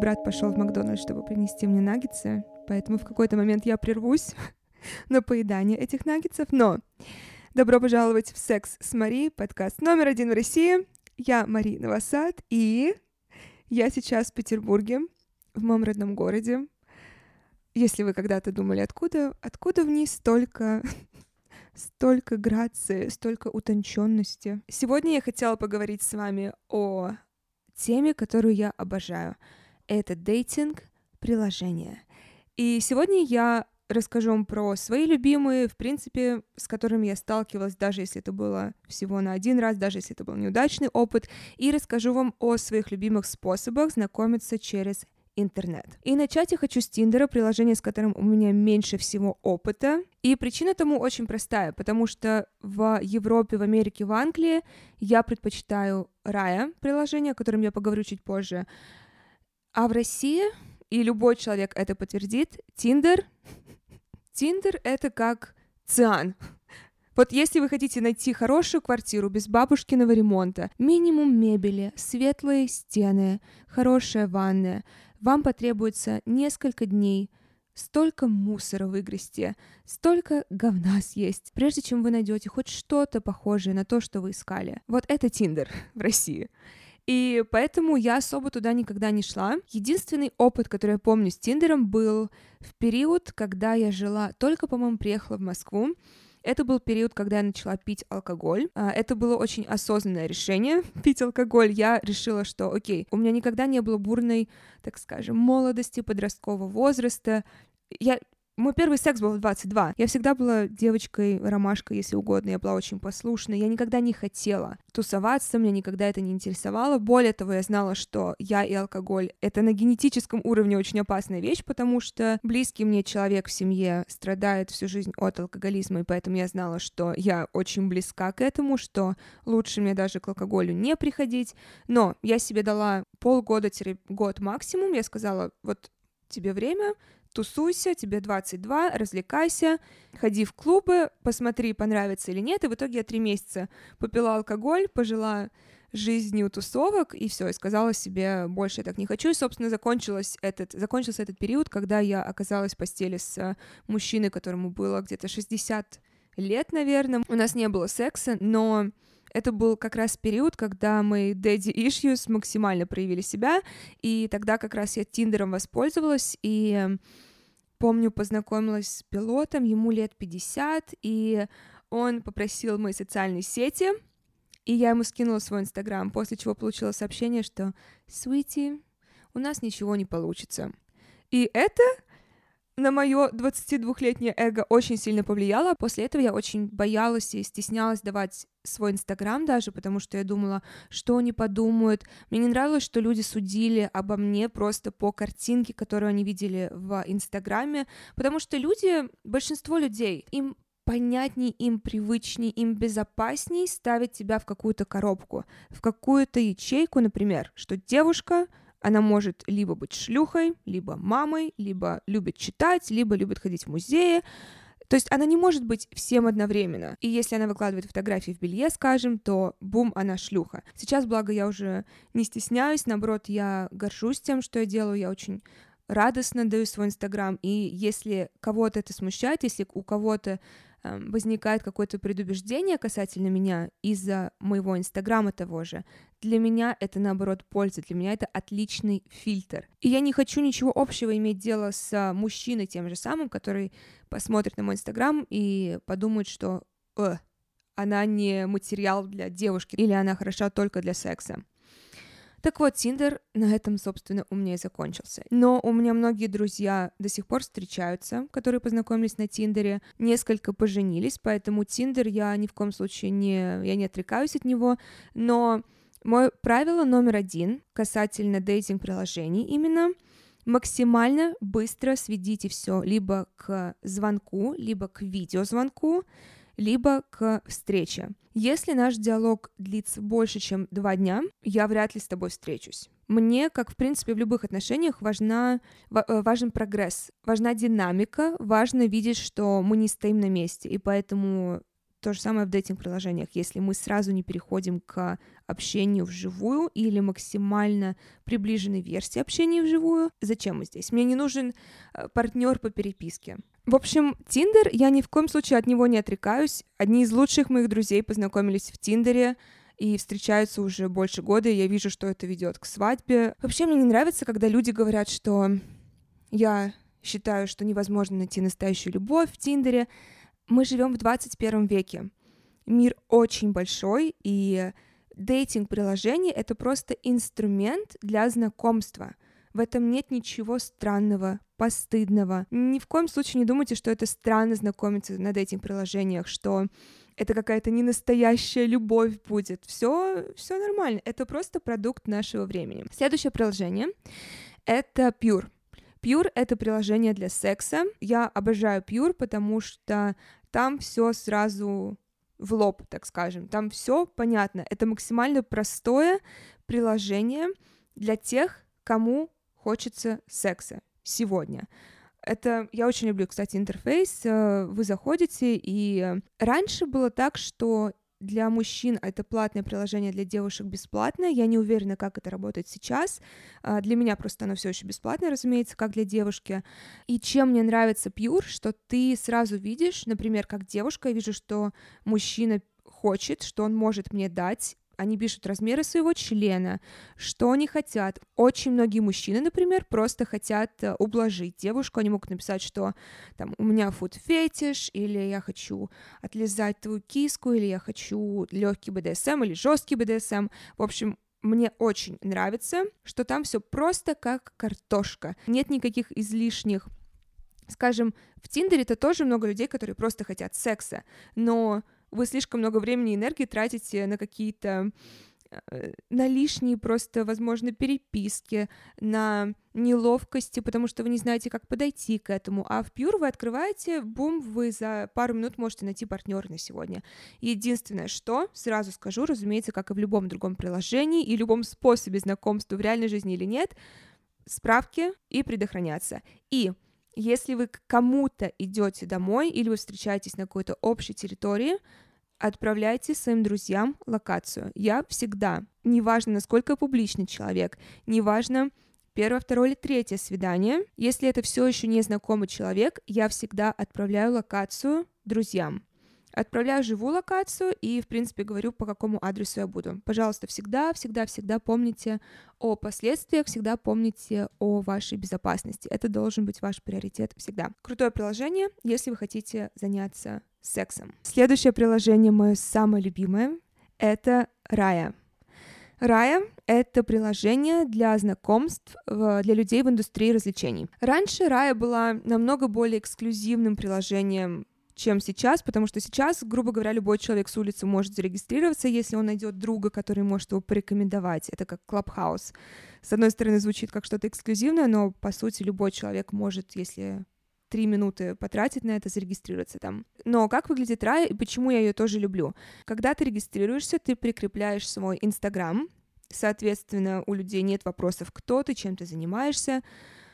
брат пошел в Макдональдс, чтобы принести мне наггетсы, поэтому в какой-то момент я прервусь на поедание этих наггетсов. Но добро пожаловать в «Секс с Мари», подкаст номер 1 в России. Я Мари Новосад, и я сейчас в Петербурге, в моем родном городе. Если вы когда-то думали, откуда в ней столько грации, столько утонченности. Сегодня я хотела поговорить с вами о теме, которую я обожаю. Это дейтинг-приложения. И сегодня я расскажу вам про свои любимые, в принципе, с которыми я сталкивалась, даже если это было всего на один раз, даже если это был неудачный опыт, и расскажу вам о своих любимых способах знакомиться через интернет. И начать я хочу с Тиндера, приложение, с которым у меня меньше всего опыта. И причина тому очень простая, потому что в Европе, в Америке, в Англии я предпочитаю Рая, приложение, о котором я поговорю чуть позже. А в России, и любой человек это подтвердит, Тиндер — это как Циан. Вот если вы хотите найти хорошую квартиру без бабушкиного ремонта, минимум мебели, светлые стены, хорошая ванная, вам потребуется несколько дней, столько мусора выгрести, столько говна съесть, прежде чем вы найдете хоть что-то похожее на то, что вы искали. Вот это Тиндер в России. И поэтому я особо туда никогда не шла. Единственный опыт, который я помню с Тиндером, был в период, когда я жила, только, по-моему, приехала в Москву. Это был период, когда я начала пить алкоголь. Это было очень осознанное решение — пить алкоголь. Я решила, что окей, у меня никогда не было бурной, так скажем, молодости, подросткового возраста. Мой первый секс был в 22. Я всегда была девочкой-ромашкой, если угодно. Я была очень послушной. Я никогда не хотела тусоваться, меня никогда это не интересовало. Более того, я знала, что я и алкоголь — это на генетическом уровне очень опасная вещь, потому что близкий мне человек в семье страдает всю жизнь от алкоголизма, и поэтому я знала, что я очень близка к этому, что лучше мне даже к алкоголю не приходить. Но я себе дала полгода-год максимум. Я сказала, вот тебе время, тусуйся, тебе 22, развлекайся, ходи в клубы, посмотри, понравится или нет. И в итоге я 3 месяца попила алкоголь, пожила жизнью тусовок, и все, и сказала себе, больше я так не хочу. И, собственно, закончился этот период, когда я оказалась в постели с мужчиной, которому было где-то 60 лет, наверное. У нас не было секса, но это был как раз период, когда мои daddy issues максимально проявили себя, и тогда как раз я Тиндером воспользовалась, и помню, познакомилась с пилотом, ему лет 50, и он попросил мои социальные сети, и я ему скинула свой Инстаграм, после чего получила сообщение, что «Sweetie, у нас ничего не получится». И это на мое 22-летнее эго очень сильно повлияло. После этого я очень боялась и стеснялась давать свой Инстаграм даже, потому что я думала, что они подумают. Мне не нравилось, что люди судили обо мне просто по картинке, которую они видели в Инстаграме, потому что большинство людей, им понятней, им привычней, им безопасней ставить тебя в какую-то коробку, в какую-то ячейку, например, что девушка, она может либо быть шлюхой, либо мамой, либо любит читать, либо любит ходить в музеи. То есть она не может быть всем одновременно. И если она выкладывает фотографии в белье, скажем, то бум, она шлюха. Сейчас, благо, я уже не стесняюсь, наоборот, я горжусь тем, что я делаю, я очень радостно даю свой Инстаграм. И если кого-то это смущает, если у кого-то возникает какое-то предубеждение касательно меня из-за моего Инстаграма того же, для меня это, наоборот, польза, для меня это отличный фильтр. И я не хочу ничего общего иметь дело с мужчиной тем же самым, который посмотрит на мой Инстаграм и подумает, что она не материал для девушки, или она хороша только для секса. Так вот, Тиндер на этом, собственно, у меня и закончился. Но у меня многие друзья до сих пор встречаются, которые познакомились на Тиндере, несколько поженились, поэтому Тиндер я ни в коем случае не отрекаюсь от него, но мое правило номер 1 касательно дейтинг-приложений именно: максимально быстро сведите все либо к звонку, либо к видеозвонку, либо к встрече. Если наш диалог длится больше, чем 2 дня, я вряд ли с тобой встречусь. Мне, как в принципе в любых отношениях, важен прогресс, важна динамика, важно видеть, что мы не стоим на месте, и поэтому то же самое в дейтинг-приложениях. Если мы сразу не переходим к общению вживую или максимально приближенной версии общения вживую, зачем мы здесь? Мне не нужен партнер по переписке. В общем, Тиндер, я ни в коем случае от него не отрекаюсь. Одни из лучших моих друзей познакомились в Тиндере и встречаются уже больше года, и я вижу, что это ведет к свадьбе. Вообще, мне не нравится, когда люди говорят, что я считаю, что невозможно найти настоящую любовь в Тиндере. Мы живем в 21 веке. Мир очень большой, и дейтинг-приложение — это просто инструмент для знакомства. В этом нет ничего странного, постыдного. Ни в коем случае не думайте, что это странно знакомиться на дейтинг-приложениях, что это какая-то ненастоящая любовь будет. Все нормально. Это просто продукт нашего времени. Следующее приложение — это Pure. Pure — это приложение для секса. Я обожаю Pure, потому что там все сразу в лоб, так скажем. Там все понятно. Это максимально простое приложение для тех, кому хочется секса сегодня. Это я очень люблю, кстати, интерфейс. Вы заходите, и раньше было так, что для мужчин это платное приложение, для девушек бесплатное. Я не уверена, как это работает сейчас. Для меня просто оно все еще бесплатное, разумеется, как для девушки. И чем мне нравится Pure, что ты сразу видишь, например, как девушка, я вижу, что мужчина хочет, что он может мне дать. Они пишут размеры своего члена, что они хотят. Очень многие мужчины, например, просто хотят ублажить девушку. Они могут написать, что там, у меня фуд-фетиш, или я хочу отлизать твою киску, или я хочу легкий БДСМ, или жесткий БДСМ. В общем, мне очень нравится, что там все просто как картошка. Нет никаких излишних. Скажем, в Тиндере-то тоже много людей, которые просто хотят секса, но вы слишком много времени и энергии тратите на какие-то на лишние просто, возможно, переписки, на неловкости, потому что вы не знаете, как подойти к этому. А в Pure вы открываете, бум, вы за пару минут можете найти партнера на сегодня. Единственное, что, сразу скажу, разумеется, как и в любом другом приложении и любом способе знакомства в реальной жизни или нет, справки и предохраняться. И если вы к кому-то идете домой или вы встречаетесь на какой-то общей территории, отправляйте своим друзьям локацию. Я всегда, неважно, насколько публичный человек, неважно, первое, второе или третье свидание, если это все еще не знакомый человек, я всегда отправляю локацию друзьям. Отправляю живую локацию и, в принципе, говорю, по какому адресу я буду. Пожалуйста, всегда помните о последствиях, всегда помните о вашей безопасности. Это должен быть ваш приоритет всегда. Крутое приложение, если вы хотите заняться сексом. Следующее приложение, мое самое любимое, это Raya. Raya — это приложение для знакомств для людей в индустрии развлечений. Раньше Raya была намного более эксклюзивным приложением, чем сейчас, потому что сейчас, грубо говоря, любой человек с улицы может зарегистрироваться, если он найдет друга, который может его порекомендовать. Это как Clubhouse. С одной стороны, звучит как что-то эксклюзивное, но, по сути, любой человек может, если 3 минуты потратить на это, зарегистрироваться там. Но как выглядит Raya и почему я ее тоже люблю? Когда ты регистрируешься, ты прикрепляешь свой Инстаграм, соответственно, у людей нет вопросов, кто ты, чем ты занимаешься.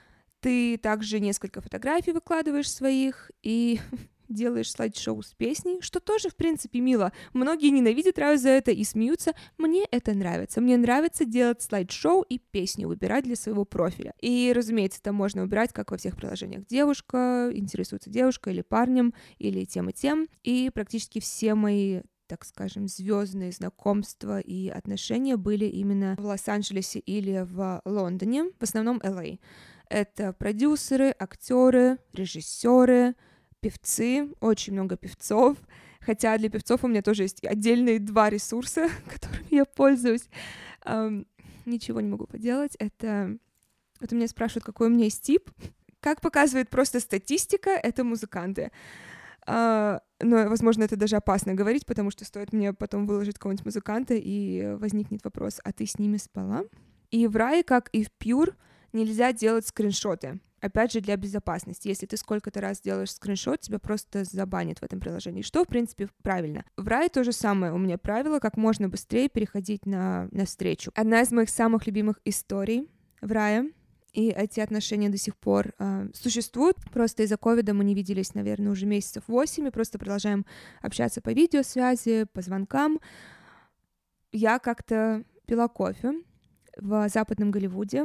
Ты также несколько фотографий выкладываешь своих и делаешь слайд-шоу с песней, что тоже, в принципе, мило. Многие ненавидят Raya за это и смеются. Мне это нравится. Мне нравится делать слайд-шоу и песню выбирать для своего профиля. И, разумеется, там можно выбирать, как во всех приложениях, девушка, интересуется девушкой или парнем, или тем и тем. И практически все мои, так скажем, звездные знакомства и отношения были именно в Лос-Анджелесе или в Лондоне, в основном LA. Это продюсеры, актеры, режиссеры, певцы, очень много певцов, хотя для певцов у меня тоже есть отдельные 2 ресурса, которыми я пользуюсь. Ничего не могу поделать. Это меня спрашивают, какой у меня есть тип. Как показывает просто статистика, это музыканты. Но, возможно, это даже опасно говорить, потому что стоит мне потом выложить какого-нибудь музыканта, и возникнет вопрос, а ты с ними спала? И в Raya, как и в Pure, нельзя делать скриншоты. Опять же, для безопасности. Если ты сколько-то раз делаешь скриншот, тебя просто забанят в этом приложении, что, в принципе, правильно. В Raya то же самое. У меня правило, как можно быстрее переходить на встречу. Одна из моих самых любимых историй в Raya и эти отношения до сих пор существуют. Просто из-за ковида мы не виделись, наверное, уже месяцев 8, и просто продолжаем общаться по видеосвязи, по звонкам. Я как-то пила кофе в Западном Голливуде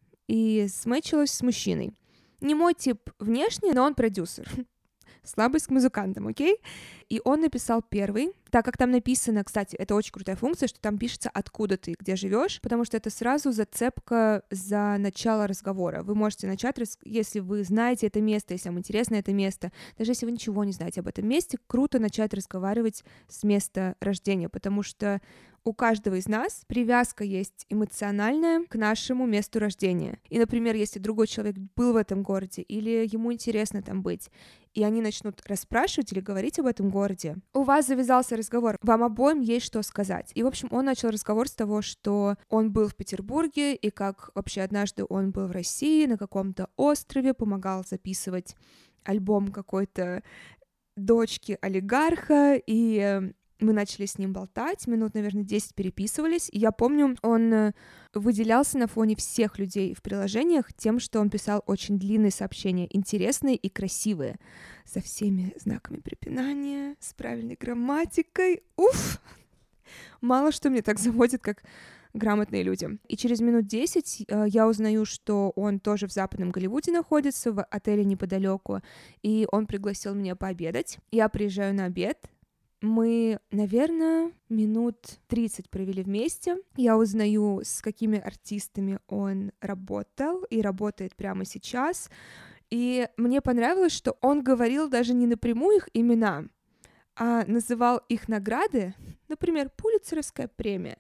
и сmäчилась с мужчиной. Не мой тип внешне, но он продюсер. Слабость к музыкантам, окей? И он написал первый, так как там написано, кстати, это очень крутая функция, что там пишется, откуда ты, где живешь, потому что это сразу зацепка за начало разговора. Вы можете начать, если вы знаете это место, если вам интересно это место, даже если вы ничего не знаете об этом месте, круто начать разговаривать с места рождения, потому что у каждого из нас привязка есть эмоциональная к нашему месту рождения. И, например, если другой человек был в этом городе или ему интересно там быть, и они начнут расспрашивать или говорить об этом городе, у вас завязался разговор, вам обоим есть что сказать. И, в общем, он начал разговор с того, что он был в Петербурге, и как вообще однажды он был в России на каком-то острове, помогал записывать альбом какой-то дочки олигарха, и мы начали с ним болтать, минут, наверное, 10 переписывались, и я помню, он выделялся на фоне всех людей в приложениях тем, что он писал очень длинные сообщения, интересные и красивые, со всеми знаками препинания, с правильной грамматикой. Уф! Мало что мне так заводит, как грамотные люди. И через минут 10 я узнаю, что он тоже в Западном Голливуде находится, в отеле неподалеку, и он пригласил меня пообедать. Я приезжаю на обед, мы, наверное, минут 30 провели вместе. Я узнаю, с какими артистами он работал и работает прямо сейчас. И мне понравилось, что он говорил даже не напрямую их имена, а называл их награды, например, Пулитцеровская премия.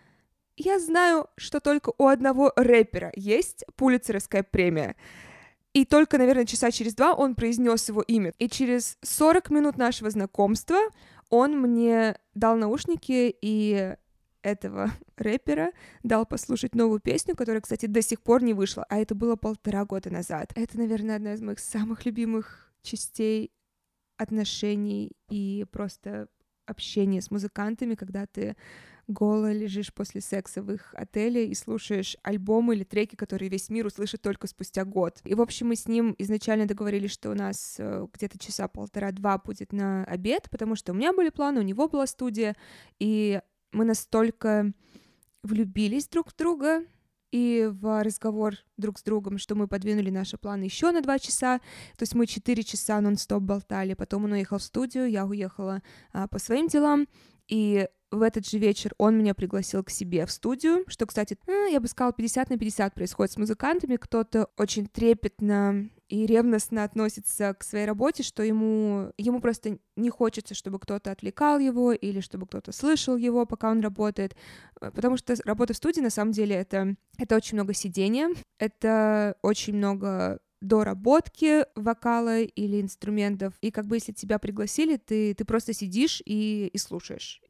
Я знаю, что только у одного рэпера есть Пулитцеровская премия. И только, наверное, часа через 2 он произнес его имя. И через 40 минут нашего знакомства он мне дал наушники и этого рэпера дал послушать новую песню, которая, кстати, до сих пор не вышла, а это было 1,5 года назад. Это, наверное, одна из моих самых любимых частей отношений и просто общения с музыкантами, когда ты голо лежишь после секса в их отеле и слушаешь альбомы или треки, которые весь мир услышит только спустя год. И, в общем, мы с ним изначально договорились, что у нас где-то часа 1,5-2 будет на обед, потому что у меня были планы, у него была студия, и мы настолько влюбились друг в друга и в разговор друг с другом, что мы подвинули наши планы еще на 2 часа, то есть мы 4 часа нон-стоп болтали, потом он уехал в студию, я уехала по своим делам, и в этот же вечер он меня пригласил к себе в студию, что, кстати, я бы сказала, 50/50 происходит с музыкантами. Кто-то очень трепетно и ревностно относится к своей работе, что ему просто не хочется, чтобы кто-то отвлекал его или чтобы кто-то слышал его, пока он работает, потому что работа в студии, на самом деле, это очень много сидения, это очень много доработки вокала или инструментов, и как бы если тебя пригласили, ты просто сидишь и слушаешь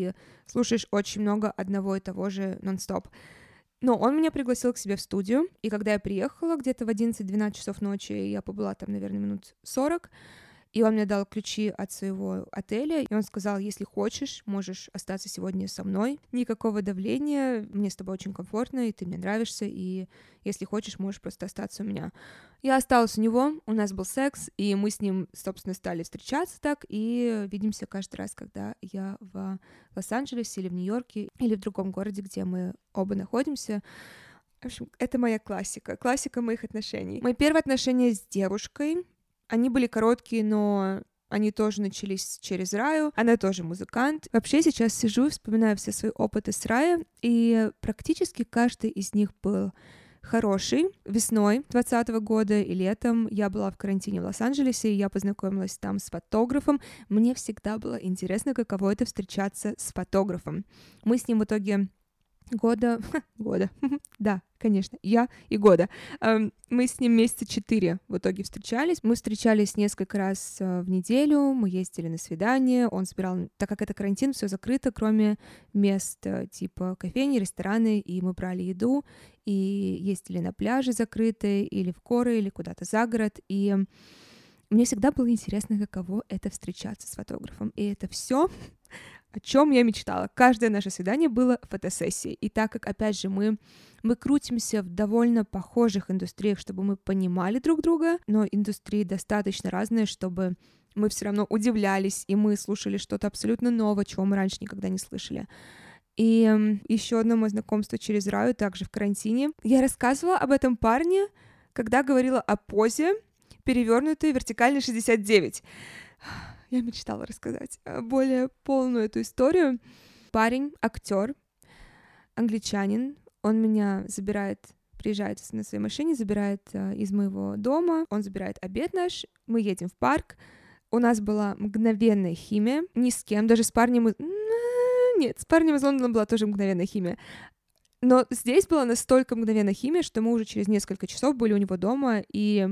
очень много одного и того же нон-стоп. Но он меня пригласил к себе в студию, и когда я приехала где-то в 11-12 часов ночи, я побыла там, наверное, минут 40, и он мне дал ключи от своего отеля, и он сказал, если хочешь, можешь остаться сегодня со мной, никакого давления, мне с тобой очень комфортно, и ты мне нравишься, и если хочешь, можешь просто остаться у меня. Я осталась у него, у нас был секс, и мы с ним, собственно, стали встречаться так, и видимся каждый раз, когда я в Лос-Анджелесе или в Нью-Йорке, или в другом городе, где мы оба находимся. В общем, это моя классика моих отношений. Мои первые отношения с девушкой, они были короткие, но они тоже начались через Раю. Она тоже музыкант. Вообще сейчас сижу и вспоминаю все свои опыты с Рая, и практически каждый из них был хороший. Весной 2020 года и летом я была в карантине в Лос-Анджелесе, и я познакомилась там с фотографом. Мне всегда было интересно, каково это встречаться с фотографом. Мы с ним в итоге года, да, конечно, я и года. Мы с ним месяца 4 в итоге встречались. Мы встречались несколько раз в неделю, мы ездили на свидания, он собирал, так как это карантин, все закрыто, кроме мест типа кофейни, рестораны, и мы брали еду, и ездили на пляжи закрытые, или в горы, или куда-то за город, и мне всегда было интересно, каково это встречаться с фотографом, и это все о чем я мечтала. Каждое наше свидание было фотосессией. И так как, опять же, мы крутимся в довольно похожих индустриях, чтобы мы понимали друг друга, но индустрии достаточно разные, чтобы мы все равно удивлялись, и мы слушали что-то абсолютно новое, чего мы раньше никогда не слышали. И еще одно мое знакомство через Раю, также в карантине. Я рассказывала об этом парне, когда говорила о позе, перевернутой вертикально 69. Я мечтала рассказать более полную эту историю. Парень, актер, англичанин, он меня приезжает на своей машине, забирает из моего дома, он забирает обед наш, мы едем в парк, у нас была мгновенная химия, ни с кем, даже с парнем Нет, с парнем из Лондона была тоже мгновенная химия. Но здесь была настолько мгновенная химия, что мы уже через несколько часов были у него дома и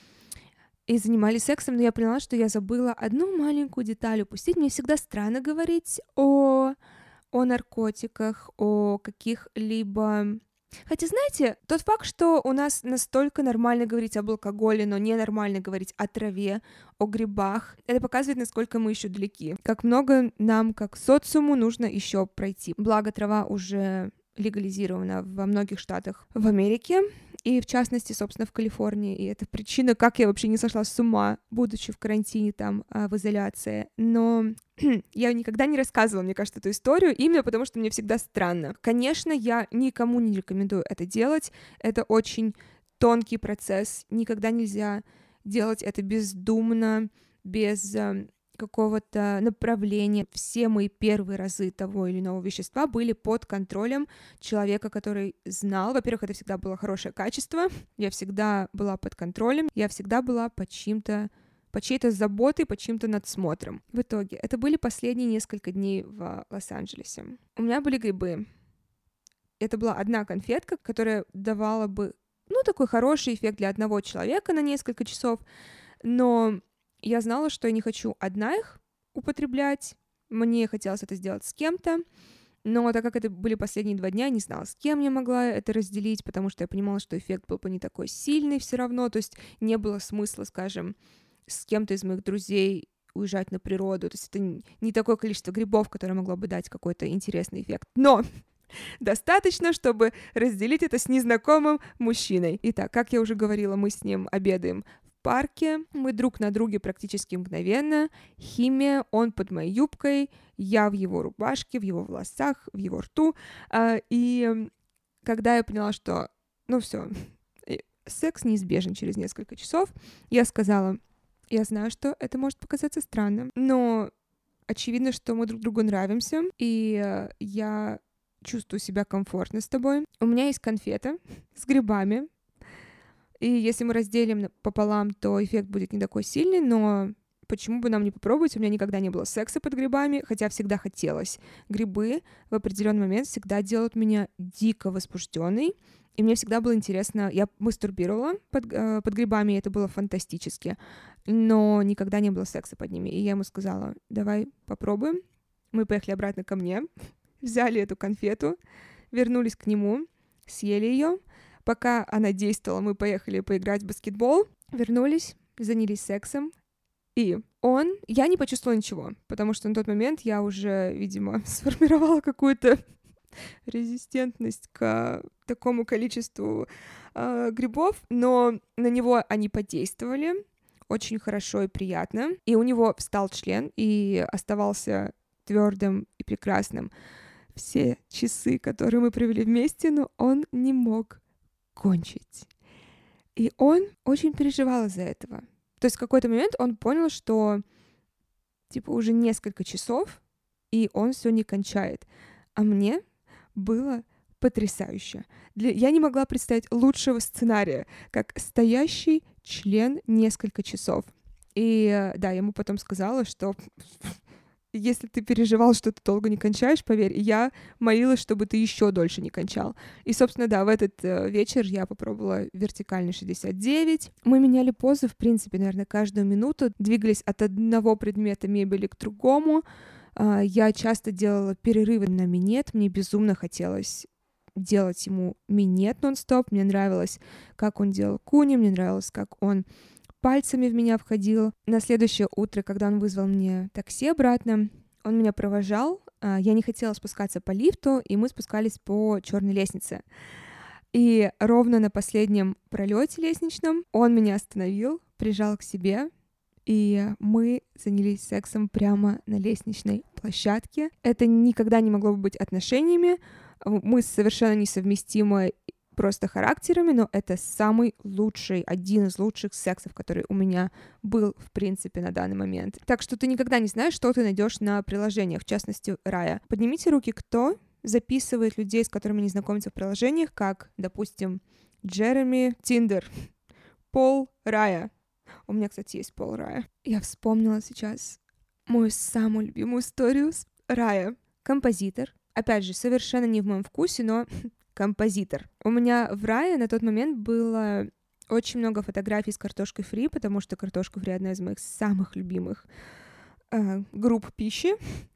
занимались сексом, но я поняла, что я забыла одну маленькую деталь упустить. Мне всегда странно говорить о наркотиках, о каких-либо... Хотя, знаете, тот факт, что у нас настолько нормально говорить об алкоголе, но ненормально говорить о траве, о грибах, это показывает, насколько мы еще далеки. Как много нам, как социуму, нужно еще пройти. Благо, трава уже легализирована во многих штатах в Америке, и в частности, собственно, в Калифорнии. И это причина, как я вообще не сошла с ума, будучи в карантине там, в изоляции. Но я никогда не рассказывала, мне кажется, эту историю, именно потому что мне всегда странно. Конечно, я никому не рекомендую это делать. Это очень тонкий процесс. Никогда нельзя делать это бездумно, без какого-то направления. Все мои первые разы того или иного вещества были под контролем человека, который знал. Во-первых, это всегда было хорошее качество. Я всегда была под контролем. Я всегда была под чьей-то заботой, под чьим-то надсмотром. В итоге, это были последние несколько дней в Лос-Анджелесе. У меня были грибы. Это была одна конфетка, которая давала бы, такой хороший эффект для одного человека на несколько часов, но я знала, что я не хочу одна их употреблять, мне хотелось это сделать с кем-то, но так как это были последние 2 дня, я не знала, с кем я могла это разделить, потому что я понимала, что эффект был бы не такой сильный все равно, то есть не было смысла, скажем, с кем-то из моих друзей уезжать на природу, то есть это не такое количество грибов, которое могло бы дать какой-то интересный эффект, но достаточно, чтобы разделить это с незнакомым мужчиной. Итак, как я уже говорила, мы с ним обедаем в парке, мы друг на друге практически мгновенно, химия, он под моей юбкой, я в его рубашке, в его волосах, в его рту, и когда я поняла, что, все, секс неизбежен через несколько часов, я сказала: я знаю, что это может показаться странным, но очевидно, что мы друг другу нравимся, и я чувствую себя комфортно с тобой. У меня есть конфета с грибами, и если мы разделим пополам, то эффект будет не такой сильный, но почему бы нам не попробовать? У меня никогда не было секса под грибами, хотя всегда хотелось. Грибы в определенный момент всегда делают меня дико возбужденной, и мне всегда было интересно, я мастурбировала под грибами, и это было фантастически, но никогда не было секса под ними, и я ему сказала: давай попробуем. Мы поехали обратно ко мне, взяли эту конфету, вернулись к нему, съели ее. Пока она действовала, мы поехали поиграть в баскетбол, вернулись, занялись сексом, и я не почувствовала ничего, потому что на тот момент я уже, видимо, сформировала какую-то резистентность к такому количеству грибов, но на него они подействовали очень хорошо и приятно, и у него встал член и оставался твердым и прекрасным все часы, которые мы провели вместе, но он не мог кончить. И он очень переживал из-за этого. То есть в какой-то момент он понял, что уже несколько часов, и он все не кончает. А мне было потрясающе. Я не могла представить лучшего сценария, как стоящий член несколько часов. И да, я ему потом сказала, что если ты переживал, что ты долго не кончаешь, поверь, я молилась, чтобы ты еще дольше не кончал. И, собственно, да, в этот вечер я попробовала вертикальный 69. Мы меняли позы, в принципе, наверное, каждую минуту, двигались от одного предмета мебели к другому. Я часто делала перерывы на минет, мне безумно хотелось делать ему минет нон-стоп, мне нравилось, как он делал куни, мне нравилось, как он пальцами в меня входил. На следующее утро, когда он вызвал мне такси обратно, он меня провожал я не хотела спускаться по лифту, и мы спускались по черной лестнице. И ровно на последнем пролете лестничном он меня остановил, прижал к себе, и мы занялись сексом прямо на лестничной площадке. Это никогда не могло бы быть отношениями. Мы совершенно несовместимы просто характерами, но это самый лучший, один из лучших сексов, который у меня был, в принципе, на данный момент. Так что ты никогда не знаешь, что ты найдешь на приложениях, в частности, Рая. Поднимите руки, кто записывает людей, с которыми не знакомится в приложениях, как, допустим, Джереми, Тиндер, Пол, Рая. У меня, кстати, есть Пол Рая. Я вспомнила сейчас мою самую любимую историю с Рая. Композитор. Опять же, совершенно не в моем вкусе, но композитор. У меня в Рае на тот момент было очень много фотографий с картошкой фри, потому что картошка фри — одна из моих самых любимых групп пищи.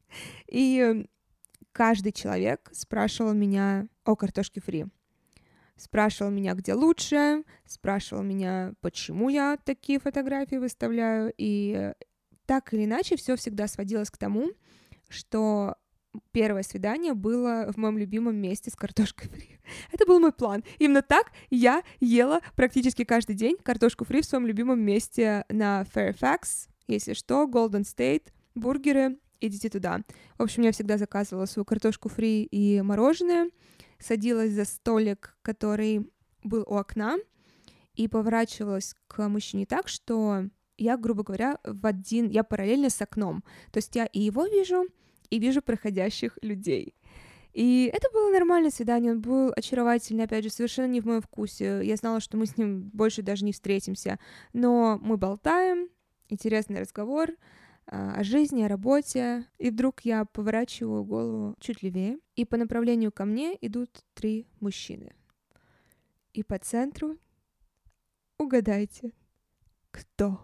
И каждый человек спрашивал меня о картошке фри. Спрашивал меня, где лучше, спрашивал меня, почему я такие фотографии выставляю. И так или иначе все всегда сводилось к тому, что первое свидание было в моем любимом месте с картошкой фри. Это был мой план. Именно так я ела практически каждый день картошку фри в своем любимом месте на Fairfax. Если что, Golden State, бургеры, идите туда. В общем, я всегда заказывала свою картошку фри и мороженое, садилась за столик, который был у окна, и поворачивалась к мужчине так, что я, грубо говоря, я параллельно с окном. То есть я и его вижу, и вижу проходящих людей. И это было нормальное свидание, он был очаровательный, опять же, совершенно не в моем вкусе. Я знала, что мы с ним больше даже не встретимся. Но мы болтаем, интересный разговор о жизни, о работе. И вдруг я поворачиваю голову чуть левее, и по направлению ко мне идут 3 мужчины. И по центру, угадайте, кто?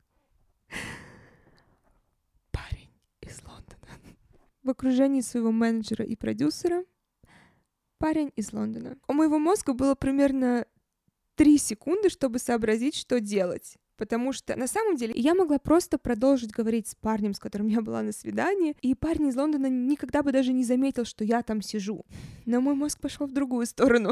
Парень из Лондона. В окружении своего менеджера и продюсера. Парень из Лондона. У моего мозга было примерно 3 секунды, чтобы сообразить, что делать. Потому что, на самом деле, я могла просто продолжить говорить с парнем, с которым я была на свидании, и парень из Лондона никогда бы даже не заметил, что я там сижу. Но мой мозг пошел в другую сторону.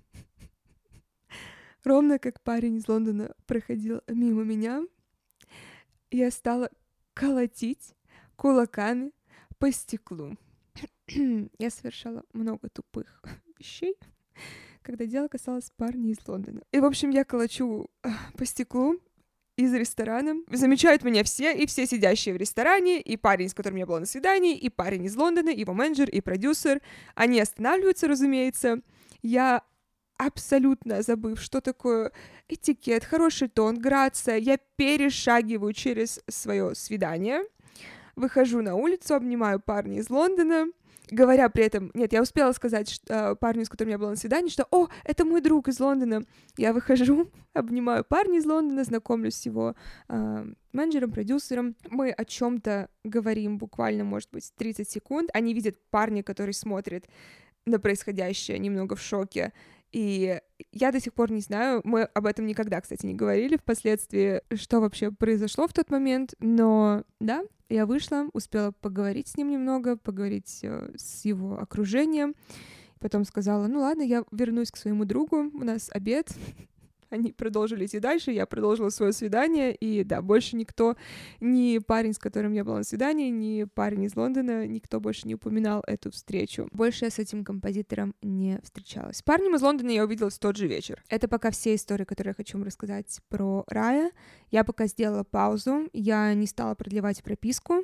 Ровно как парень из Лондона проходил мимо меня, я стала колотить кулаками по стеклу. Я совершала много тупых вещей, когда дело касалось парня из Лондона. И, в общем, я колочу по стеклу из ресторана. Замечают меня все, и все сидящие в ресторане, и парень, с которым я была на свидании, и парень из Лондона, и его менеджер, и продюсер. Они останавливаются, разумеется. Я, абсолютно забыв, что такое этикет, хороший тон, грация, я перешагиваю через свое свидание, выхожу на улицу, обнимаю парня из Лондона, говоря при этом... Нет, я успела сказать парню, с которым я была на свидании, что «О, это мой друг из Лондона». Я выхожу, обнимаю парня из Лондона, знакомлюсь с его менеджером, продюсером. Мы о чем-то говорим буквально, может быть, 30 секунд. Они видят парня, который смотрит на происходящее, немного в шоке. И я до сих пор не знаю, мы об этом никогда, кстати, не говорили впоследствии, что вообще произошло в тот момент, но да, я вышла, успела поговорить с ним немного, поговорить с его окружением, потом сказала, ну ладно, я вернусь к своему другу, у нас обед. Они продолжили идти дальше, я продолжила свое свидание, и да, больше никто, ни парень, с которым я была на свидании, ни парень из Лондона, никто больше не упоминал эту встречу. Больше я с этим композитором не встречалась. С парнем из Лондона я увиделась в тот же вечер. Это пока все истории, которые я хочу вам рассказать про Рая. Я пока сделала паузу, я не стала продлевать прописку.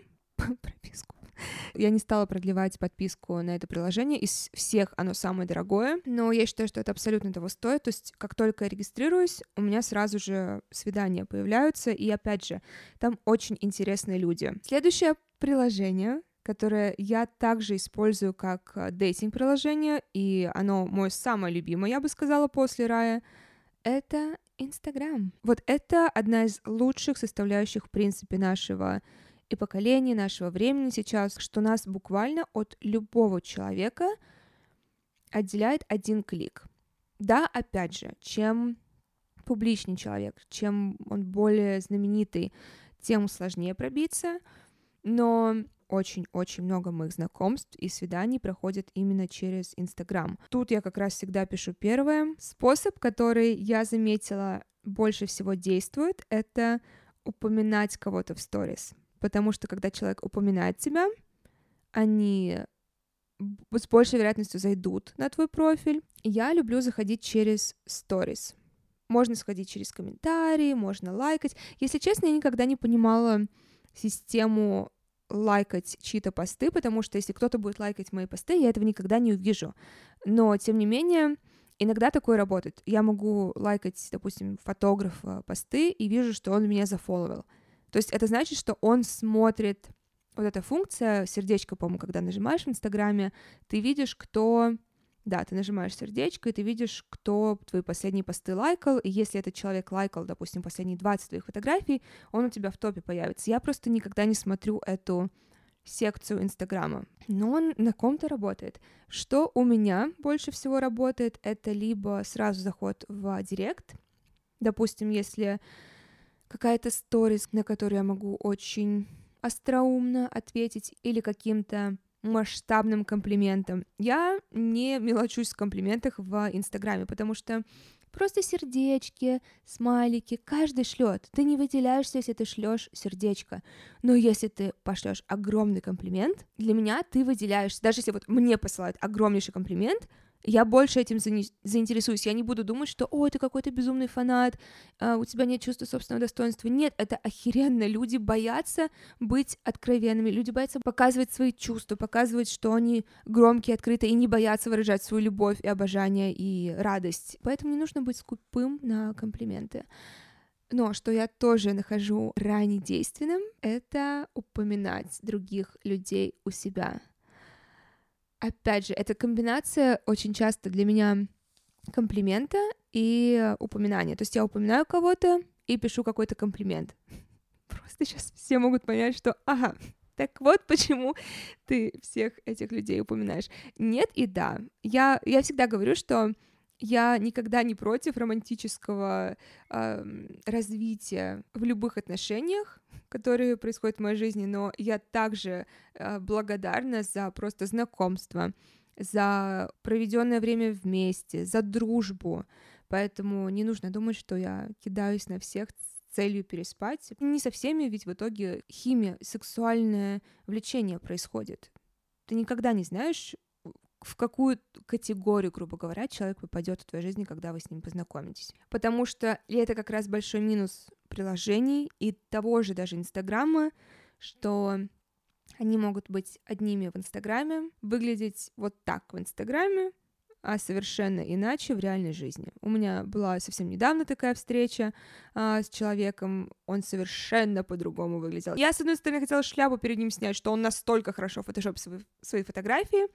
Я не стала продлевать подписку на это приложение. Из всех оно самое дорогое, но я считаю, что это абсолютно того стоит. То есть, как только я регистрируюсь, у меня сразу же свидания появляются, и опять же, там очень интересные люди. Следующее приложение, которое я также использую как дейтинг-приложение, и оно мое самое любимое, я бы сказала, после Рая, это Инстаграм. Вот это одна из лучших составляющих, в принципе, нашего и поколения, нашего времени сейчас, что нас буквально от любого человека отделяет один клик. Да, опять же, чем публичнее человек, чем он более знаменитый, тем сложнее пробиться, но очень-очень много моих знакомств и свиданий проходит именно через Инстаграм. Тут я как раз всегда пишу первое. Способ, который я заметила больше всего действует, это упоминать кого-то в сторис. Потому что когда человек упоминает тебя, они с большей вероятностью зайдут на твой профиль. Я люблю заходить через сторис. Можно сходить через комментарии, можно лайкать. Если честно, я никогда не понимала систему лайкать чьи-то посты, потому что если кто-то будет лайкать мои посты, я этого никогда не увижу. Но, тем не менее, иногда такое работает. Я могу лайкать, допустим, фотографа посты и вижу, что он меня зафолловил. То есть это значит, что он смотрит... Вот эта функция, сердечко, по-моему, когда нажимаешь в Инстаграме, ты видишь, кто... Да, ты нажимаешь сердечко, и ты видишь, кто твои последние посты лайкал, и если этот человек лайкал, допустим, последние 20 твоих фотографий, он у тебя в топе появится. Я просто никогда не смотрю эту секцию Инстаграма, но он на ком-то работает. Что у меня больше всего работает, это либо сразу заход в директ, допустим, если какая-то сторис, на которую я могу очень остроумно ответить, или каким-то масштабным комплиментом. Я не мелочусь в комплиментах в Инстаграме, потому что просто сердечки, смайлики, каждый шлет. Ты не выделяешься, если ты шлешь сердечко. Но если ты пошлешь огромный комплимент, для меня ты выделяешься. Даже если вот мне посылают огромнейший комплимент, я больше этим заинтересуюсь. Я не буду думать, что «Ой, ты какой-то безумный фанат, у тебя нет чувства собственного достоинства». Нет, это охеренно. Люди боятся быть откровенными, люди боятся показывать свои чувства, показывать, что они громкие, открытые, и не боятся выражать свою любовь и обожание, и радость. Поэтому не нужно быть скупым на комплименты. Но что я тоже нахожу крайне действенным, это упоминать других людей у себя. Опять же, эта комбинация очень часто для меня комплимента и упоминания. То есть я упоминаю кого-то и пишу какой-то комплимент. Просто сейчас все могут понять, что ага, так вот почему ты всех этих людей упоминаешь. Нет и да. Я всегда говорю, что я никогда не против романтического развития в любых отношениях, которые происходят в моей жизни, но я также благодарна за просто знакомство, за проведенное время вместе, за дружбу. Поэтому не нужно думать, что я кидаюсь на всех с целью переспать. Не со всеми, ведь в итоге химия, сексуальное влечение происходит. Ты никогда не знаешь, в какую категорию, грубо говоря, человек попадет в твою жизнь, когда вы с ним познакомитесь. Потому что и это как раз большой минус приложений и того же даже Инстаграма, что они могут быть одними в Инстаграме, выглядеть вот так в Инстаграме, а совершенно иначе в реальной жизни. У меня была совсем недавно такая встреча с человеком, он совершенно по-другому выглядел. Я, с одной стороны, хотела шляпу перед ним снять, что он настолько хорошо фотошопит свои фотографии,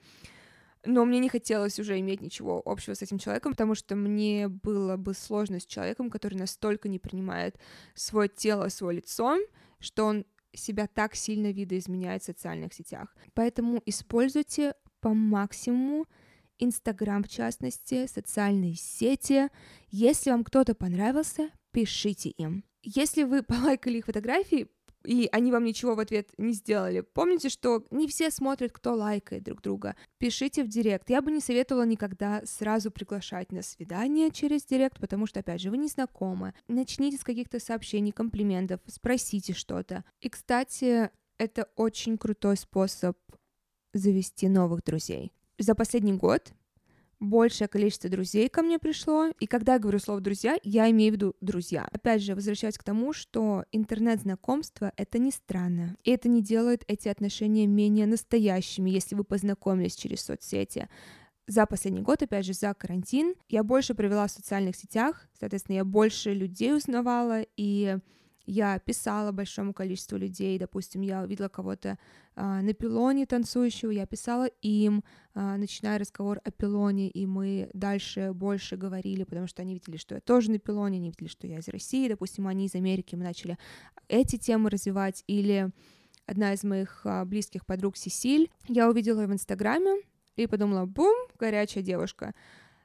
но мне не хотелось уже иметь ничего общего с этим человеком, потому что мне было бы сложно с человеком, который настолько не принимает свое тело, свое лицо, что он себя так сильно видоизменяет в социальных сетях. Поэтому используйте по максимуму Инстаграм, в частности, социальные сети. Если вам кто-то понравился, пишите им. Если вы полайкали их фотографии, и они вам ничего в ответ не сделали, помните, что не все смотрят, кто лайкает друг друга. Пишите в директ. Я бы не советовала никогда сразу приглашать на свидание через директ, потому что, опять же, вы не знакомы. Начните с каких-то сообщений, комплиментов, спросите что-то. И, кстати, это очень крутой способ завести новых друзей. За последний год большее количество друзей ко мне пришло, и когда я говорю слово «друзья», я имею в виду друзья. Опять же, возвращаясь к тому, что интернет-знакомство — это не странно, и это не делает эти отношения менее настоящими, если вы познакомились через соцсети. За последний год, опять же, за карантин, я больше провела в социальных сетях, соответственно, я больше людей узнавала, и я писала большому количеству людей, допустим, я увидела кого-то на пилоне танцующего, я писала им, начиная разговор о пилоне, и мы дальше больше говорили, потому что они видели, что я тоже на пилоне, они видели, что я из России, допустим, они из Америки, мы начали эти темы развивать, или одна из моих близких подруг Сесиль, я увидела ее в Инстаграме и подумала, бум, горячая девушка.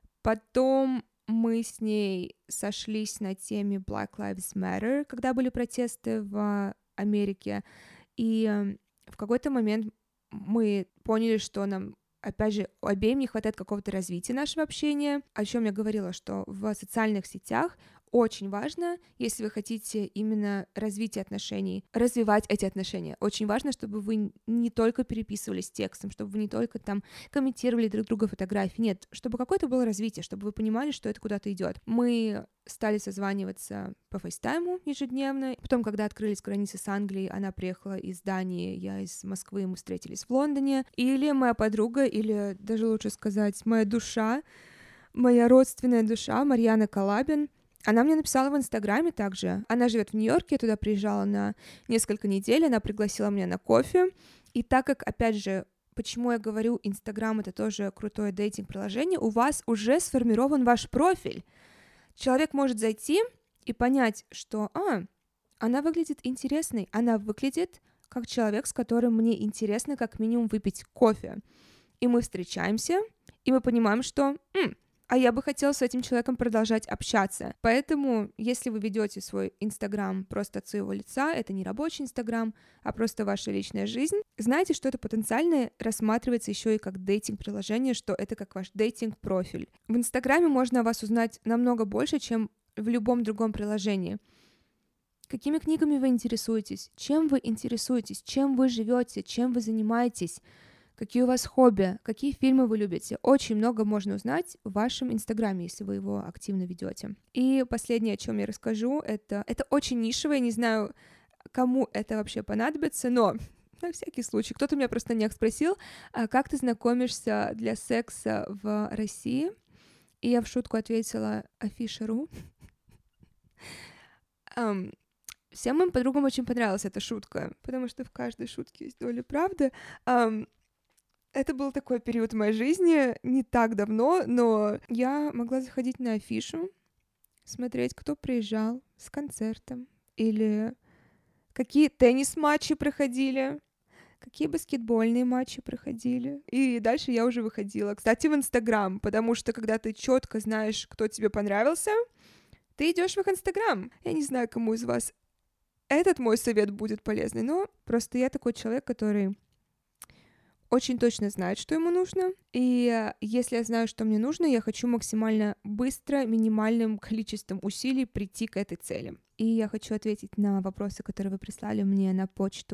Потом мы с ней сошлись на теме Black Lives Matter, когда были протесты в Америке, и в какой-то момент мы поняли, что нам, опять же, обеим не хватает какого-то развития нашего общения, о чем я говорила, что в социальных сетях очень важно, если вы хотите именно развитие отношений, развивать эти отношения. Очень важно, чтобы вы не только переписывались текстом, чтобы вы не только там комментировали друг друга фотографии. Нет, чтобы какое-то было развитие, чтобы вы понимали, что это куда-то идет. Мы стали созваниваться по фейстайму ежедневно. Потом, когда открылись границы с Англией, она приехала из Дании, я из Москвы, мы встретились в Лондоне. Или моя подруга, или даже лучше сказать, моя душа, моя родственная душа, Марьяна Калабин, она мне написала в Инстаграме также. Она живет в Нью-Йорке, я туда приезжала на несколько недель, она пригласила меня на кофе. И так как, опять же, почему я говорю, Инстаграм — это тоже крутое дейтинг-приложение, у вас уже сформирован ваш профиль. Человек может зайти и понять, что, она выглядит интересной, она выглядит как человек, с которым мне интересно как минимум выпить кофе. И мы встречаемся, и мы понимаем, что а я бы хотела с этим человеком продолжать общаться. Поэтому, если вы ведете свой Инстаграм просто от своего лица, это не рабочий Инстаграм, а просто ваша личная жизнь, знайте, что это потенциально рассматривается еще и как дейтинг-приложение, что это как ваш дейтинг-профиль. В Инстаграме можно о вас узнать намного больше, чем в любом другом приложении. Какими книгами вы интересуетесь? Чем вы интересуетесь? Чем вы живете? Чем вы занимаетесь? Какие у вас хобби, какие фильмы вы любите. Очень много можно узнать в вашем Инстаграме, если вы его активно ведете. И последнее, о чем я расскажу, это очень нишевое, не знаю, кому это вообще понадобится, но на всякий случай. Кто-то меня просто не спросил, как ты знакомишься для секса в России? И я в шутку ответила афиша.ру. Всем моим подругам очень понравилась эта шутка, потому что в каждой шутке есть доля правды. Это был такой период в моей жизни, не так давно, но я могла заходить на афишу, смотреть, кто приезжал с концертом, или какие теннис-матчи проходили, какие баскетбольные матчи проходили. И дальше я уже выходила. Кстати, в Инстаграм, потому что когда ты четко знаешь, кто тебе понравился, ты идешь в их Инстаграм. Я не знаю, кому из вас этот мой совет будет полезный, но просто я такой человек, который очень точно знает, что ему нужно. И если я знаю, что мне нужно, я хочу максимально быстро, минимальным количеством усилий прийти к этой цели. И я хочу ответить на вопросы, которые вы прислали мне на почту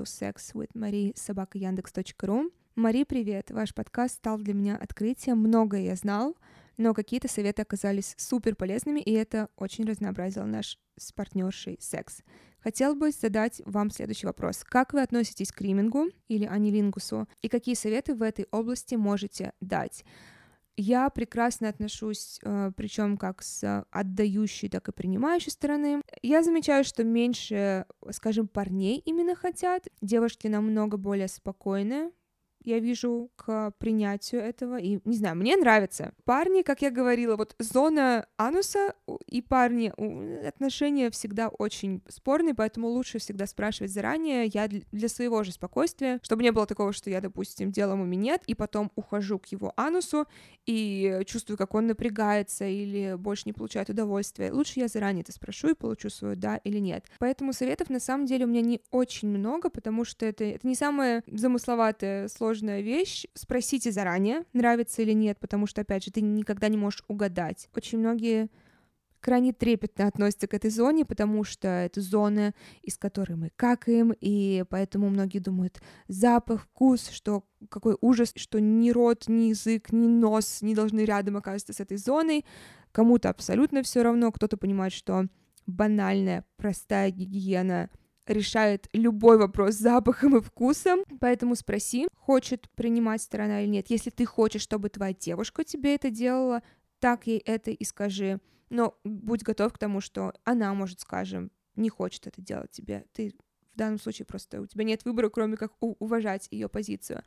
sexwithmarie@yandex.ru. Мари, привет! Ваш подкаст стал для меня открытием. Многое я знал, но какие-то советы оказались супер полезными, и это очень разнообразило наш с партнершей секс. Хотел бы задать вам следующий вопрос. Как вы относитесь к римингу или анилингусу, и какие советы в этой области можете дать? Я прекрасно отношусь, причем как с отдающей, так и принимающей стороны. Я замечаю, что меньше, скажем, парней именно хотят. Девушки намного более спокойные, я вижу, к принятию этого, и, не знаю, мне нравится. Парни, как я говорила, вот зона ануса и парни, отношения всегда очень спорные, поэтому лучше всегда спрашивать заранее, я для своего же спокойствия, чтобы не было такого, что я, допустим, делаю ему минет, и потом ухожу к его анусу, и чувствую, как он напрягается, или больше не получает удовольствия. Лучше я заранее это спрошу и получу свое да или нет. Поэтому советов, на самом деле, у меня не очень много, потому что это не самая замысловатая, сложная вещь. Спросите заранее, нравится или нет, потому что, опять же, ты никогда не можешь угадать. Очень многие крайне трепетно относятся к этой зоне, потому что это зона, из которой мы какаем, и поэтому многие думают, запах, вкус, что какой ужас, что ни рот, ни язык, ни нос не должны рядом оказываться с этой зоной. Кому-то абсолютно все равно, кто-то понимает, что банальная, простая гигиена решает любой вопрос с запахом и вкусом, поэтому спроси, хочет принимать сторона или нет. Если ты хочешь, чтобы твоя девушка тебе это делала, так ей это и скажи. Но будь готов к тому, что она, может, скажем, не хочет это делать тебе. Ты в данном случае просто, у тебя нет выбора, кроме как уважать ее позицию.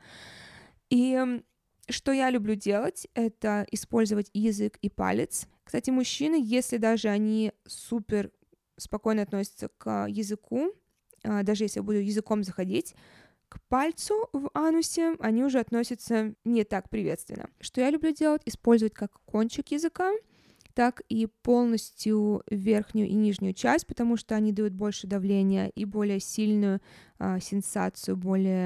И что я люблю делать, это использовать язык и палец. Кстати, мужчины, если даже они супер спокойно относятся к языку, даже если я буду языком заходить, к пальцу в анусе они уже относятся не так приветственно. Что я люблю делать? Использовать как кончик языка, так и полностью верхнюю и нижнюю часть, потому что они дают больше давления и более сильную сенсацию, более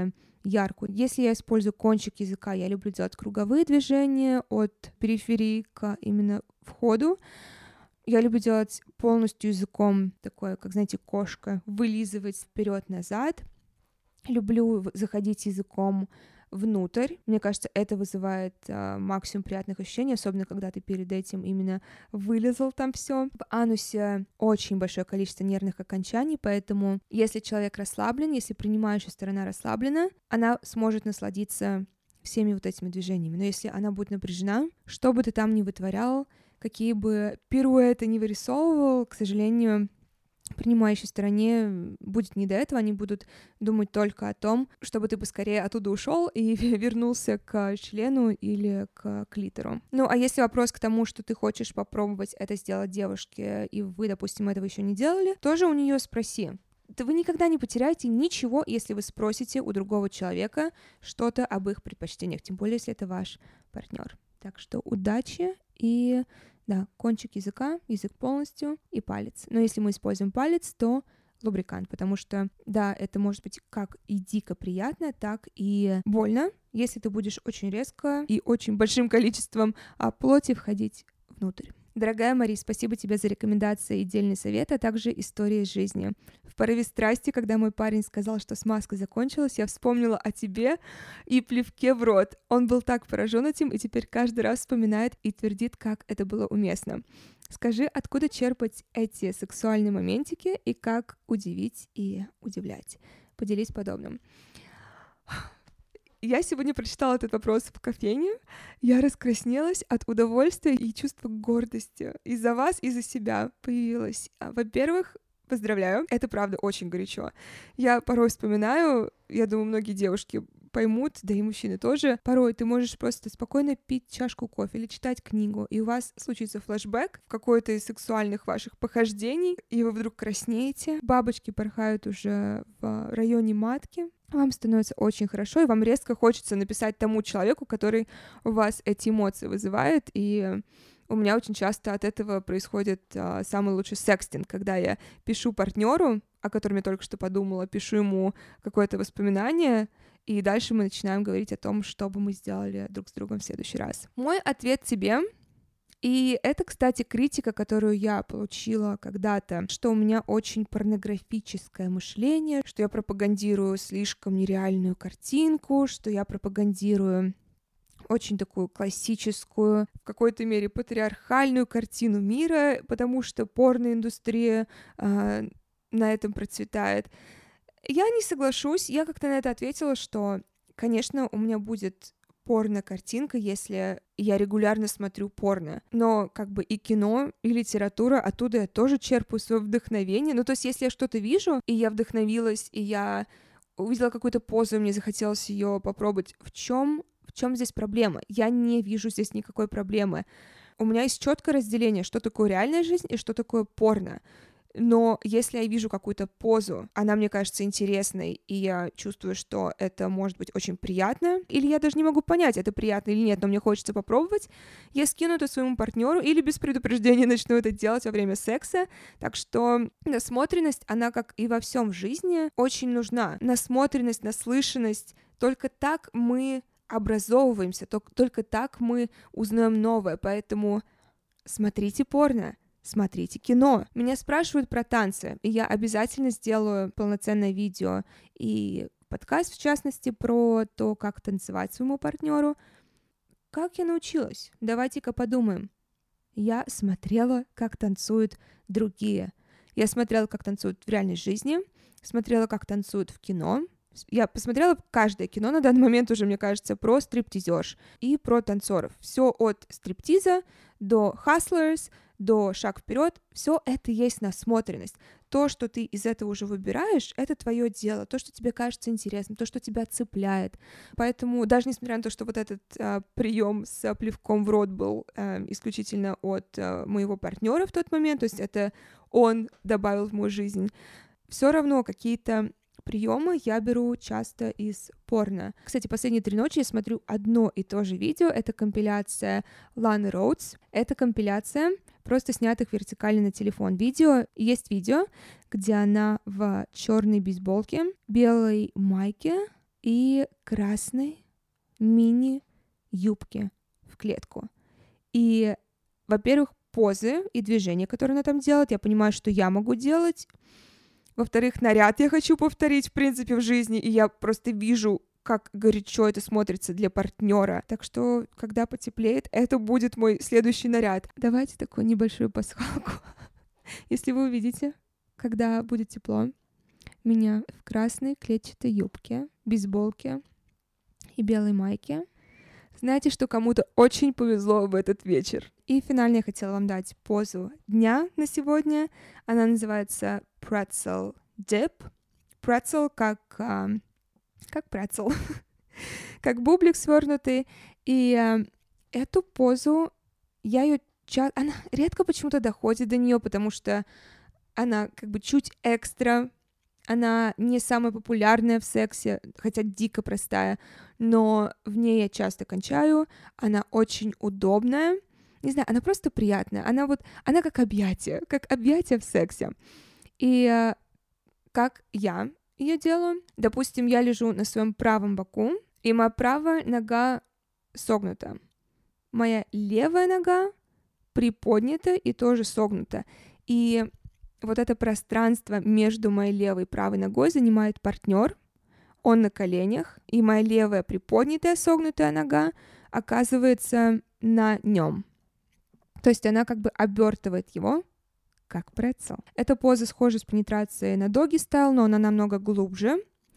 яркую. Если я использую кончик языка, я люблю делать круговые движения от периферии к именно входу. Я люблю делать полностью языком такое, как, знаете, кошка, вылизывать вперед-назад. Люблю заходить языком внутрь. Мне кажется, это вызывает максимум приятных ощущений, особенно когда ты перед этим именно вылезал там все. В анусе очень большое количество нервных окончаний, поэтому если человек расслаблен, если принимающая сторона расслаблена, она сможет насладиться всеми вот этими движениями. Но если она будет напряжена, что бы ты там ни вытворял, какие бы пируэты ни вырисовывал, к сожалению, принимающей стороне будет не до этого, они будут думать только о том, чтобы ты поскорее оттуда ушел и вернулся к члену или к клитору. Ну, а если вопрос к тому, что ты хочешь попробовать это сделать девушке, и вы, допустим, этого еще не делали, тоже у нее спроси. Вы никогда не потеряете ничего, если вы спросите у другого человека что-то об их предпочтениях, тем более, если это ваш партнер. Так что удачи и... Да, кончик языка, язык полностью и палец. Но если мы используем палец, то лубрикант, потому что, да, это может быть как и дико приятно, так и больно, если ты будешь очень резко и очень большим количеством плоти входить внутрь. Дорогая Мари, спасибо тебе за рекомендации и дельный совет, а также истории из жизни. В порыве страсти, когда мой парень сказал, что смазка закончилась, я вспомнила о тебе и плевке в рот. Он был так поражен этим и теперь каждый раз вспоминает и твердит, как это было уместно. Скажи, откуда черпать эти сексуальные моментики и как удивить и удивлять? Поделись подобным. Я сегодня прочитала этот вопрос в кофейне, я раскраснелась от удовольствия и чувства гордости. И за вас, и за себя появилось. Во-первых, поздравляю, это правда очень горячо. Я порой вспоминаю, я думаю, многие девушки поймут, да и мужчины тоже. Порой ты можешь просто спокойно пить чашку кофе или читать книгу, и у вас случится флешбэк в какой-то из сексуальных ваших похождений, и вы вдруг краснеете, бабочки порхают уже в районе матки, вам становится очень хорошо, и вам резко хочется написать тому человеку, который у вас эти эмоции вызывает, и у меня очень часто от этого происходит самый лучший секстинг, когда я пишу партнеру, о котором я только что подумала, пишу ему какое-то воспоминание, и дальше мы начинаем говорить о том, что бы мы сделали друг с другом в следующий раз. Мой ответ тебе, и это, кстати, критика, которую я получила когда-то, что у меня очень порнографическое мышление, что я пропагандирую слишком нереальную картинку, что я пропагандирую очень такую классическую, в какой-то мере патриархальную картину мира, потому что порноиндустрия на этом процветает. Я не соглашусь, я как-то на это ответила, что, конечно, у меня будет порно-картинка, если я регулярно смотрю порно, но как бы и кино, и литература, оттуда я тоже черпаю свое вдохновение, ну то есть если я что-то вижу, и я вдохновилась, и я увидела какую-то позу, и мне захотелось ее попробовать, в чем здесь проблема? Я не вижу здесь никакой проблемы. У меня есть четкое разделение, что такое реальная жизнь и что такое порно. Но если я вижу какую-то позу, она мне кажется интересной, и я чувствую, что это может быть очень приятно, или я даже не могу понять, это приятно или нет, но мне хочется попробовать, я скину это своему партнеру или без предупреждения начну это делать во время секса. Так что насмотренность, она, как и во всем в жизни, очень нужна. Насмотренность, наслышанность, только так мы образовываемся, только так мы узнаем новое, поэтому смотрите порно. Смотрите кино. Меня спрашивают про танцы, и я обязательно сделаю полноценное видео и подкаст, в частности, про то, как танцевать своему партнеру. Как я научилась? Давайте-ка подумаем. Я смотрела, как танцуют другие. Я смотрела, как танцуют в реальной жизни, смотрела, как танцуют в кино. Я посмотрела каждое кино на данный момент уже, мне кажется, про стриптизерш и про танцоров. Все от стриптиза до Hustlers, до шаг вперед, все это есть насмотренность. То, что ты из этого уже выбираешь, это твое дело, то, что тебе кажется интересным, то, что тебя цепляет. Поэтому даже несмотря на то, что вот этот прием с плевком в рот был исключительно от моего партнера в тот момент, то есть это он добавил в мою жизнь, все равно какие-то приемы я беру часто из порно. Кстати, последние 3 ночи я смотрю одно и то же видео. Это компиляция Ланы Роудс. Это компиляция просто снятых вертикально на телефон видео. И есть видео, где она в черной бейсболке, белой майке, и красной мини-юбке в клетку. И, во-первых, позы и движения, которые она там делает, я понимаю, что я могу делать. Во-вторых, наряд я хочу повторить, в принципе, в жизни, и я просто вижу, как горячо это смотрится для партнера. Так что, когда потеплеет, это будет мой следующий наряд. Давайте такую небольшую пасхалку. Если вы увидите, когда будет тепло, меня в красной клетчатой юбке, бейсболке и белой майке, знаете, что кому-то очень повезло в этот вечер. И финально я хотела вам дать позу дня на сегодня. Она называется pretzel dip. Pretzel как pretzel, как бублик свернутый. И эту позу она редко почему-то доходит до нее, потому что она как бы чуть экстра. Она не самая популярная в сексе, хотя дико простая, но в ней я часто кончаю. Она очень удобная. Не знаю, она просто приятная. Она как объятие в сексе. И как я ее делаю? Допустим, я лежу на своем правом боку, и моя правая нога согнута. Моя левая нога приподнята и тоже согнута. И вот это пространство между моей левой и правой ногой занимает партнер. Он на коленях, и моя левая приподнятая согнутая нога оказывается на нем. То есть она как бы обертывает его, как прецел. Эта поза схожа с пенетрацией на доги стайл, но она намного глубже.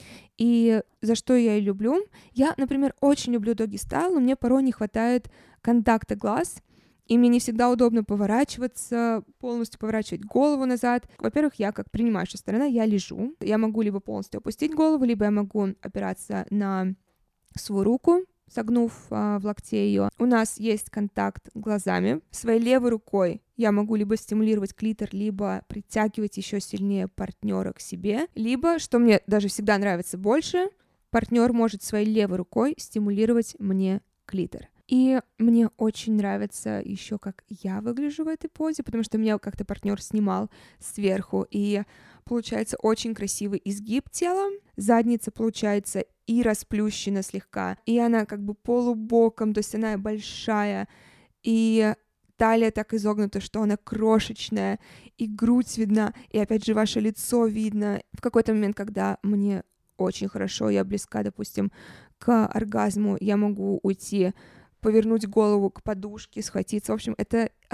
И за что я и люблю? Я, например, очень люблю доги стайл, но мне порой не хватает контакта глаз, и мне не всегда удобно поворачиваться, полностью поворачивать голову назад. Во-первых, я как принимающая сторона, я лежу. Я могу либо полностью опустить голову, либо я могу опираться на свою руку, согнув в локте ее. У нас есть контакт глазами. Своей левой рукой я могу либо стимулировать клитор, либо притягивать еще сильнее партнера к себе, либо, что мне даже всегда нравится больше, партнер может своей левой рукой стимулировать мне клитор. И мне очень нравится еще, как я выгляжу в этой позе, потому что меня как-то партнер снимал сверху, и получается очень красивый изгиб тела. Задница получается и расплющена слегка, и она как бы полубоком, то есть она большая, и талия так изогнута, что она крошечная, и грудь видна, и опять же ваше лицо видно. В какой-то момент, когда мне очень хорошо, я близка, допустим, к оргазму, я могу уйти, повернуть голову к подушке, схватиться. В общем,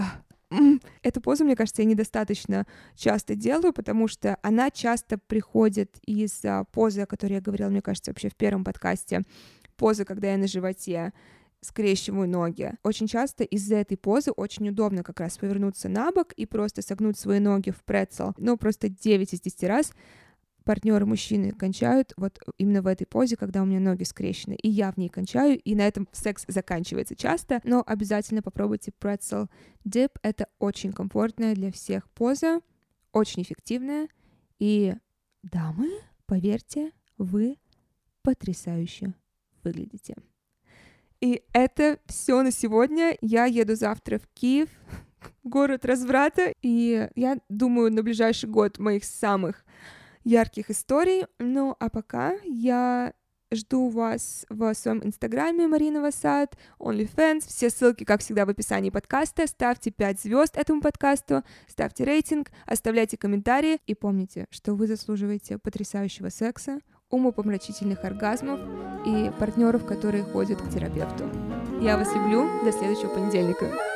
эту позу, мне кажется, я недостаточно часто делаю, потому что она часто приходит из позы, о которой я говорила, мне кажется, вообще в первом подкасте. Поза, когда я на животе скрещиваю ноги. Очень часто из-за этой позы очень удобно как раз повернуться на бок и просто согнуть свои ноги в прецел. Но просто 9 из 10 раз партнеры мужчины кончают вот именно в этой позе, когда у меня ноги скрещены, и я в ней кончаю, и на этом секс заканчивается часто, но обязательно попробуйте pretzel dip, это очень комфортная для всех поза, очень эффективная, и дамы, поверьте, вы потрясающе выглядите. И это все на сегодня. Я еду завтра в Киев, город разврата, и я думаю, на ближайший год моих самых ярких историй. Ну, а пока я жду вас в своем инстаграме Марина Васад, OnlyFans. Все ссылки, как всегда, в описании подкаста. Ставьте 5 звезд этому подкасту, ставьте рейтинг, оставляйте комментарии. И помните, что вы заслуживаете потрясающего секса, умопомрачительных оргазмов и партнеров, которые ходят к терапевту. Я вас люблю. До следующего понедельника.